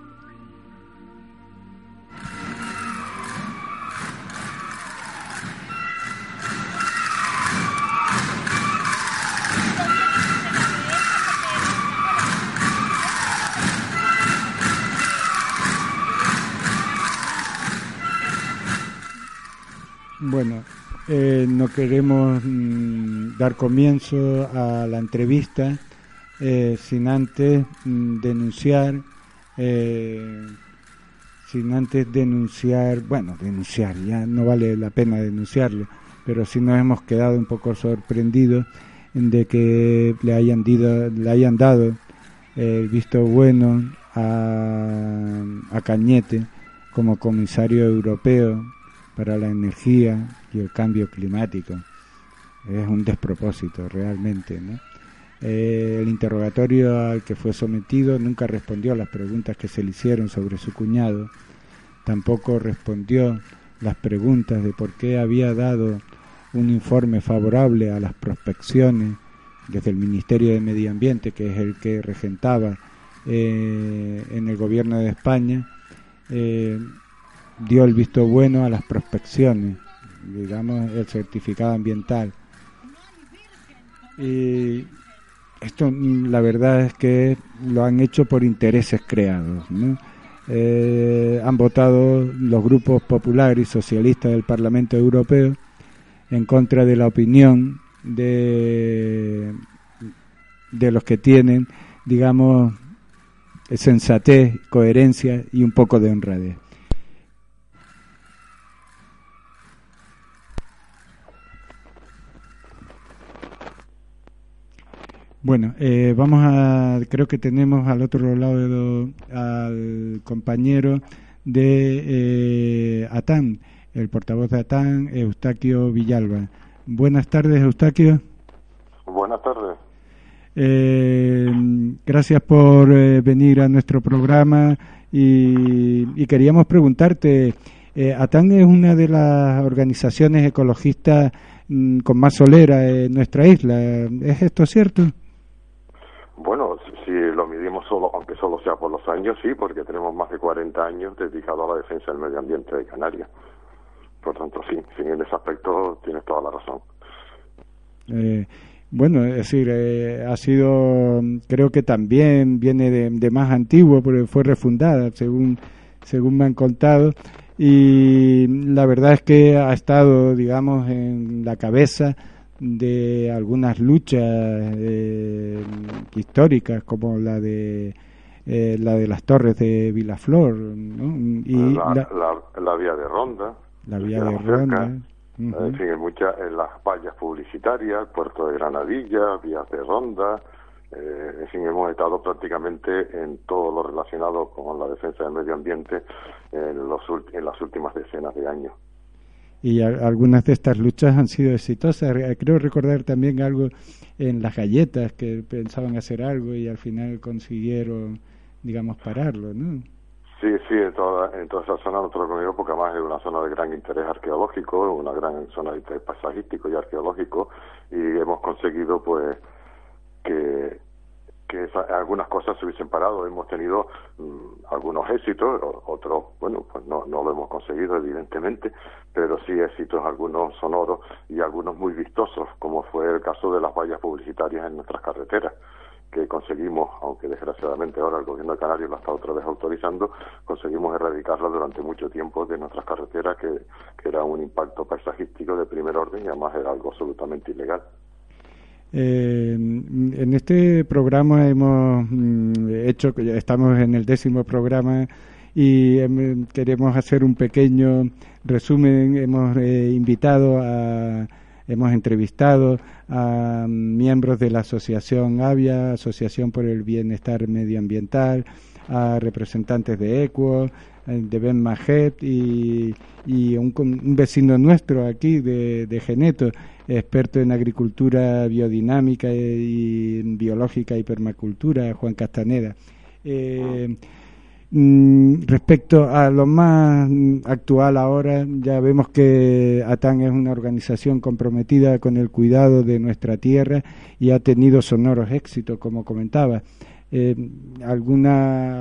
Speaker 5: Bueno, eh, no queremos mm, dar comienzo a la entrevista eh, sin antes mm, denunciar, eh, sin antes denunciar, bueno, denunciar, ya no vale la pena denunciarlo, pero sí nos hemos quedado un poco sorprendidos de que le hayan, dido, le hayan dado el eh, visto bueno a, a Cañete como comisario europeo para la energía y el cambio climático. Es un despropósito realmente, ¿no? Eh, el interrogatorio al que fue sometido nunca respondió a las preguntas que se le hicieron sobre su cuñado, tampoco respondió las preguntas de por qué había dado un informe favorable a las prospecciones desde el Ministerio de Medio Ambiente, que es el que regentaba eh, en el gobierno de España, eh, dio el visto bueno a las prospecciones, digamos el certificado ambiental. Y esto la verdad es que lo han hecho por intereses creados, ¿no? Eh, han votado los grupos populares y socialistas del Parlamento Europeo en contra de la opinión de, de los que tienen, digamos, sensatez, coherencia y un poco de honradez. Bueno, eh, vamos a, creo que tenemos al otro lado al compañero de eh, ATAN, el portavoz de ATAN, Eustaquio Villalba. Buenas tardes, Eustaquio.
Speaker 12: Buenas tardes.
Speaker 5: Eh, gracias por eh, venir a nuestro programa y, y queríamos preguntarte, eh, ATAN es una de las organizaciones ecologistas mm, con más solera en nuestra isla, ¿es esto cierto?
Speaker 12: Bueno, si lo midimos solo, aunque solo sea por los años, sí, porque tenemos más de cuarenta años dedicados a la defensa del medio ambiente de Canarias. Por tanto, sí, sí, en ese aspecto tienes toda la razón.
Speaker 5: Eh, bueno, es decir, eh, ha sido, creo que también viene de, de más antiguo, porque fue refundada, según, según me han contado, y la verdad es que ha estado, digamos, en la cabeza de algunas luchas eh, históricas como la de eh, la de las torres de Vilaflor, ¿no? Y
Speaker 12: la, la, la, la vía de Ronda,
Speaker 5: la vía de Ronda,
Speaker 12: uh-huh. En fin, en muchas, en las vallas publicitarias, el puerto de Granadilla, vías de Ronda, eh, en fin, hemos estado prácticamente en todo lo relacionado con la defensa del medio ambiente en, los, en las últimas decenas de años.
Speaker 5: y a, algunas de estas luchas han sido exitosas. Creo recordar también algo en las galletas, que pensaban hacer algo y al final consiguieron, digamos, pararlo, ¿no?
Speaker 12: Sí, sí, en toda, en toda esa zona nosotros conmigo, porque además es una zona de gran interés arqueológico, una gran zona de interés paisajístico y arqueológico, y hemos conseguido pues que que esa, algunas cosas se hubiesen parado. Hemos tenido mmm, algunos éxitos, otros, bueno, pues no, no lo hemos conseguido evidentemente, pero sí éxitos algunos sonoros y algunos muy vistosos, como fue el caso de las vallas publicitarias en nuestras carreteras, que conseguimos, aunque desgraciadamente ahora el gobierno de Canarias la está otra vez autorizando, conseguimos erradicarla durante mucho tiempo de nuestras carreteras, que, que era un impacto paisajístico de primer orden y además era algo absolutamente ilegal.
Speaker 5: Eh, en este programa hemos mm, hecho, estamos en el décimo programa y eh, queremos hacer un pequeño resumen. Hemos eh, invitado a, hemos entrevistado a miembros de la asociación AVIA, Asociación por el Bienestar Medioambiental, a representantes de ECUO, de Ben Majet y, y un, un vecino nuestro aquí de, de Geneto, experto en agricultura biodinámica y, y biológica y permacultura, Juan Castaneda. Eh, mm, respecto a lo más actual ahora, ya vemos que ATAN es una organización comprometida con el cuidado de nuestra tierra y ha tenido sonoros éxitos, como comentaba. Eh, alguna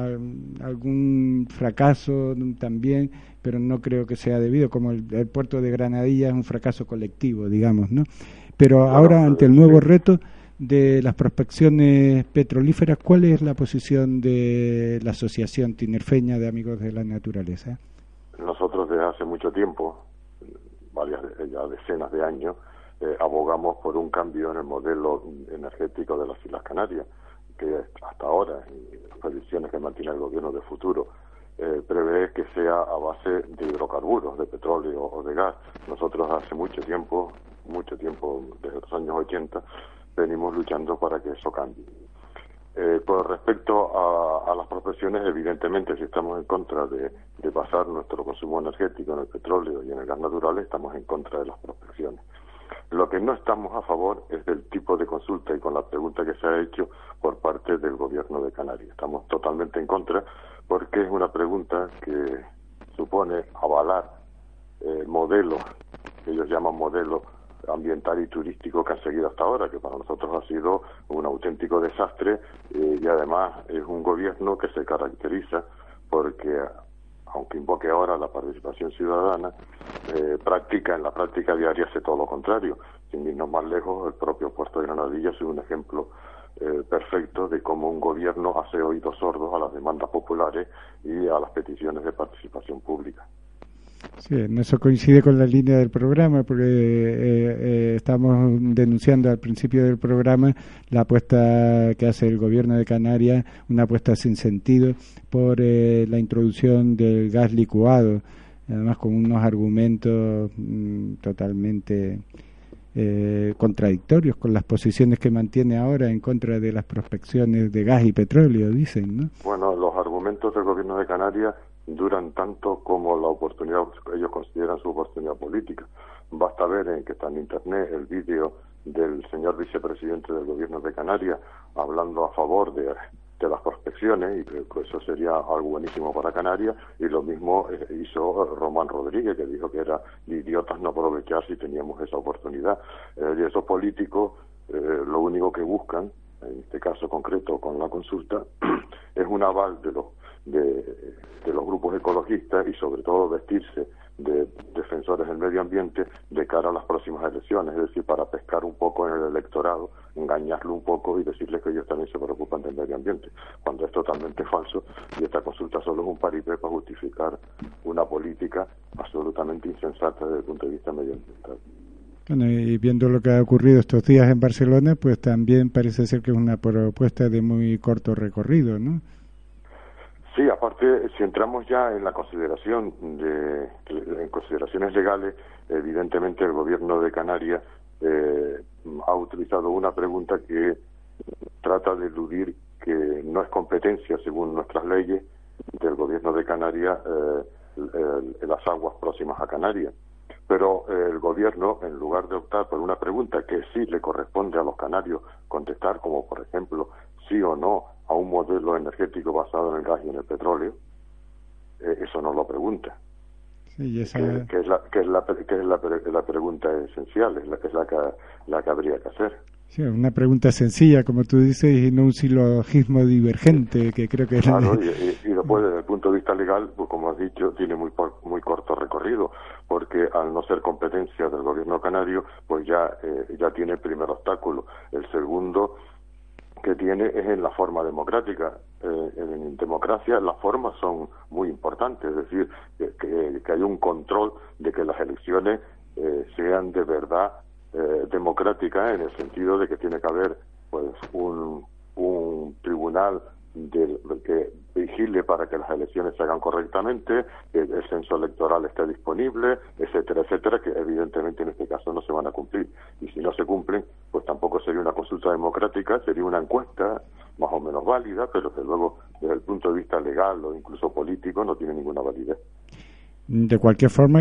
Speaker 5: algún fracaso también, pero no creo que sea debido, como el, el puerto de Granadilla es un fracaso colectivo, digamos, ¿no? Pero bueno, ahora, ante el nuevo reto de las prospecciones petrolíferas, ¿cuál es la posición de la Asociación Tinerfeña de Amigos de la Naturaleza?
Speaker 12: Nosotros desde hace mucho tiempo, varias ya decenas de años, eh, abogamos por un cambio en el modelo energético de las Islas Canarias, que hasta ahora, en las predicciones que mantiene el gobierno de futuro, eh, prevé que sea a base de hidrocarburos, de petróleo o de gas. Nosotros hace mucho tiempo, mucho tiempo, desde los años ochenta, venimos luchando para que eso cambie. Eh, con respecto a, a las prospecciones, evidentemente, si estamos en contra de, de basar nuestro consumo energético en el petróleo y en el gas natural, estamos en contra de las prospecciones. Lo que no estamos a favor es del tipo de consulta y con la pregunta que se ha hecho por parte del gobierno de Canarias. Estamos totalmente en contra porque es una pregunta que supone avalar el eh, modelo que ellos llaman modelo ambiental y turístico que han seguido hasta ahora, que para nosotros ha sido un auténtico desastre, eh, y además es un gobierno que se caracteriza porque, aunque invoque ahora la participación ciudadana, eh, práctica, en la práctica diaria hace todo lo contrario. Sin irnos más lejos, el propio puerto de Granadilla es un ejemplo eh, perfecto de cómo un gobierno hace oídos sordos a las demandas populares y a las peticiones de participación pública.
Speaker 5: Sí, eso coincide con la línea del programa, porque eh, eh, estamos denunciando al principio del programa la apuesta que hace el gobierno de Canarias, una apuesta sin sentido por eh, la introducción del gas licuado, además con unos argumentos mm, totalmente eh, contradictorios con las posiciones que mantiene ahora en contra de las prospecciones de gas y petróleo, dicen, ¿no?
Speaker 12: Bueno, los argumentos del gobierno de Canarias duran tanto como la oportunidad, ellos consideran su oportunidad política. Basta ver en que está en internet el vídeo del señor vicepresidente del gobierno de Canarias hablando a favor de, de las prospecciones, y creo que eso sería algo buenísimo para Canarias, y lo mismo eh, hizo Román Rodríguez, que dijo que era de idiotas no aprovechar si teníamos esa oportunidad. Eh, y esos políticos eh, lo único que buscan, en este caso concreto con la consulta, es un aval de los De, de los grupos ecologistas y sobre todo vestirse de defensores del medio ambiente de cara a las próximas elecciones, es decir, para pescar un poco en el electorado, engañarlo un poco y decirles que ellos también se preocupan del medio ambiente, cuando es totalmente falso, y esta consulta solo es un paripé para justificar una política absolutamente insensata desde el punto de vista medioambiental.
Speaker 5: Bueno, y viendo lo que ha ocurrido estos días en Barcelona, pues también parece ser que es una propuesta de muy corto recorrido, ¿no?
Speaker 12: Sí, aparte, si entramos ya en la consideración de, en consideraciones legales, evidentemente el gobierno de Canarias eh, ha utilizado una pregunta que trata de eludir que no es competencia, según nuestras leyes, del gobierno de Canarias eh, el, el, las aguas próximas a Canarias, Pero eh, el gobierno, en lugar de optar por una pregunta que sí le corresponde a los canarios contestar, como por ejemplo, sí o no a un modelo energético basado en el gas y en el petróleo, eh, eso no lo pregunta.
Speaker 5: Sí, esa...
Speaker 12: que, que es la que es la que es la, la pregunta esencial, es la que es la que la que habría que hacer.
Speaker 5: Sí, una pregunta sencilla, como tú dices, y no un silogismo divergente, que creo que es...
Speaker 12: Claro, y, y, y después, desde el punto de vista legal, pues como has dicho, tiene muy muy corto recorrido, porque al no ser competencia del gobierno canario, pues ya eh, ya tiene el primer obstáculo. El segundo que tiene es en la forma democrática. Eh, en democracia las formas son muy importantes, es decir, que, que, que haya un control de que las elecciones eh, sean de verdad Eh, democrática, en el sentido de que tiene que haber pues un, un tribunal de, que vigile para que las elecciones se hagan correctamente, que el censo electoral esté disponible, etcétera, etcétera, que evidentemente en este caso no se van a cumplir. Y si no se cumplen, pues tampoco sería una consulta democrática, sería una encuesta más o menos válida, pero que luego desde el punto de vista legal o incluso político no tiene ninguna validez.
Speaker 5: De cualquier forma,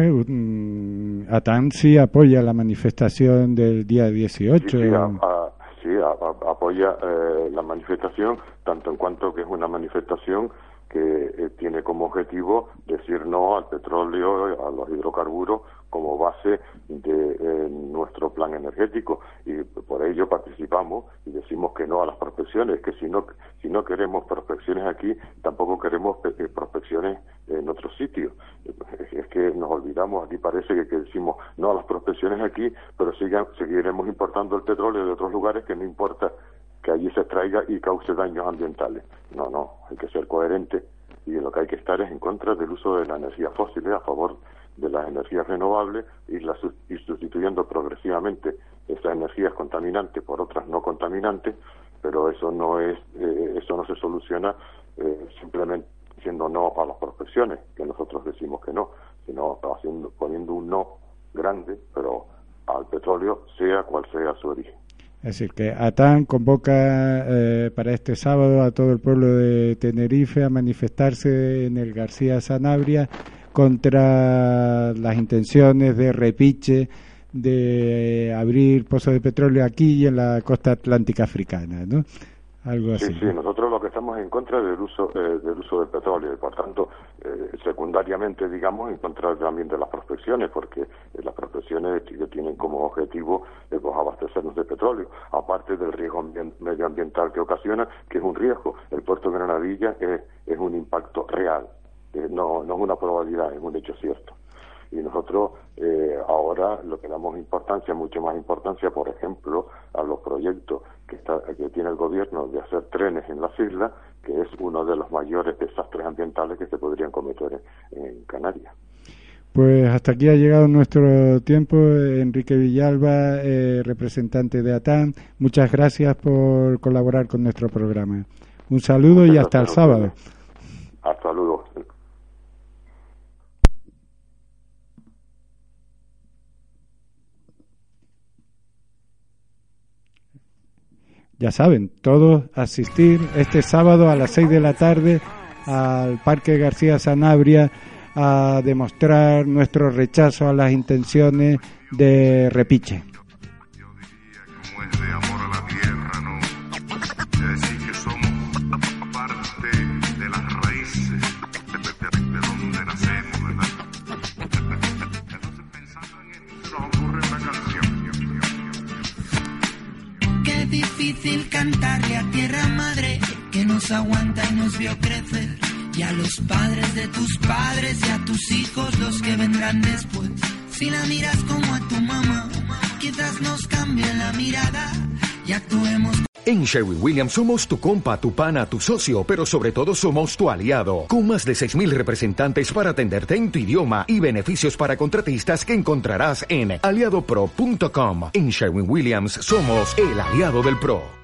Speaker 5: ATAN sí apoya la manifestación del día dieciocho.
Speaker 12: Sí, sí, a, a, sí a, a, apoya eh, la manifestación, tanto en cuanto que es una manifestación que eh, tiene como objetivo decir no al petróleo, a los hidrocarburos, como base de eh, nuestro plan energético, y por ello participamos y decimos que no a las prospecciones, que si no si no queremos prospecciones aquí, tampoco queremos eh, prospecciones en otros sitios. Es que nos olvidamos, aquí parece que, que decimos no a las prospecciones aquí, pero sigan, seguiremos importando el petróleo de otros lugares, que no importa que allí se extraiga y cause daños ambientales. No, no, hay que ser coherente, y lo que hay que estar es en contra del uso de la energía fósil, a favor de las energías renovables, y, la, y sustituyendo progresivamente esas energías contaminantes por otras no contaminantes, pero eso no es eh, eso no se soluciona eh, simplemente diciendo no a las prospecciones, que nosotros decimos que no, sino haciendo, poniendo un no grande, pero al petróleo, sea cual sea su origen.
Speaker 5: Es decir, que ATAN convoca eh, para este sábado a todo el pueblo de Tenerife a manifestarse en el García Sanabria contra las intenciones de Repiche de abrir pozos de petróleo aquí y en la costa atlántica africana, ¿no? Algo así.
Speaker 12: Sí, sí, nosotros lo que estamos en contra del uso eh, del uso del petróleo, y por tanto, eh, secundariamente, digamos, en contra también de las prospecciones, porque eh, las prospecciones que tienen como objetivo eh, pues, abastecernos de petróleo, aparte del riesgo medioambiental que ocasiona, que es un riesgo. El puerto de Granadilla es, es un impacto real, eh, no, no es una probabilidad, es un hecho cierto. Y nosotros eh, ahora lo que damos importancia, mucho más importancia, por ejemplo, a los proyectos que, está, que tiene el gobierno de hacer trenes en las islas, que es uno de los mayores desastres ambientales que se podrían cometer en, en Canarias.
Speaker 5: Pues hasta aquí ha llegado nuestro tiempo. Enrique Villalba, eh, representante de ATAN, muchas gracias por colaborar con nuestro programa. Un saludo muchas y hasta el sábado.
Speaker 12: Hasta luego.
Speaker 5: Ya saben, todos asistir este sábado a las seis de la tarde al Parque García Sanabria a demostrar nuestro rechazo a las intenciones de Repiche.
Speaker 3: Yo diría que como es de amor a la tierra, ¿no? Es decir, que somos parte de las raíces de, de, de donde nacemos, ¿verdad? Entonces, pensando en esto, se nos ocurre una canción.
Speaker 4: Qué difícil cantarle a tierra madre que nos aguanta y nos vio crecer, y a los padres de tus padres y a tus hijos los que vendrán después. Si la miras como a tu mamá, quizás nos cambie la mirada y actuemos.
Speaker 13: En Sherwin-Williams somos tu compa, tu pana, tu socio, pero sobre todo somos tu aliado, con más de seis mil representantes para atenderte en tu idioma y beneficios para contratistas que encontrarás en aliado pro punto com. En Sherwin-Williams somos el aliado del pro.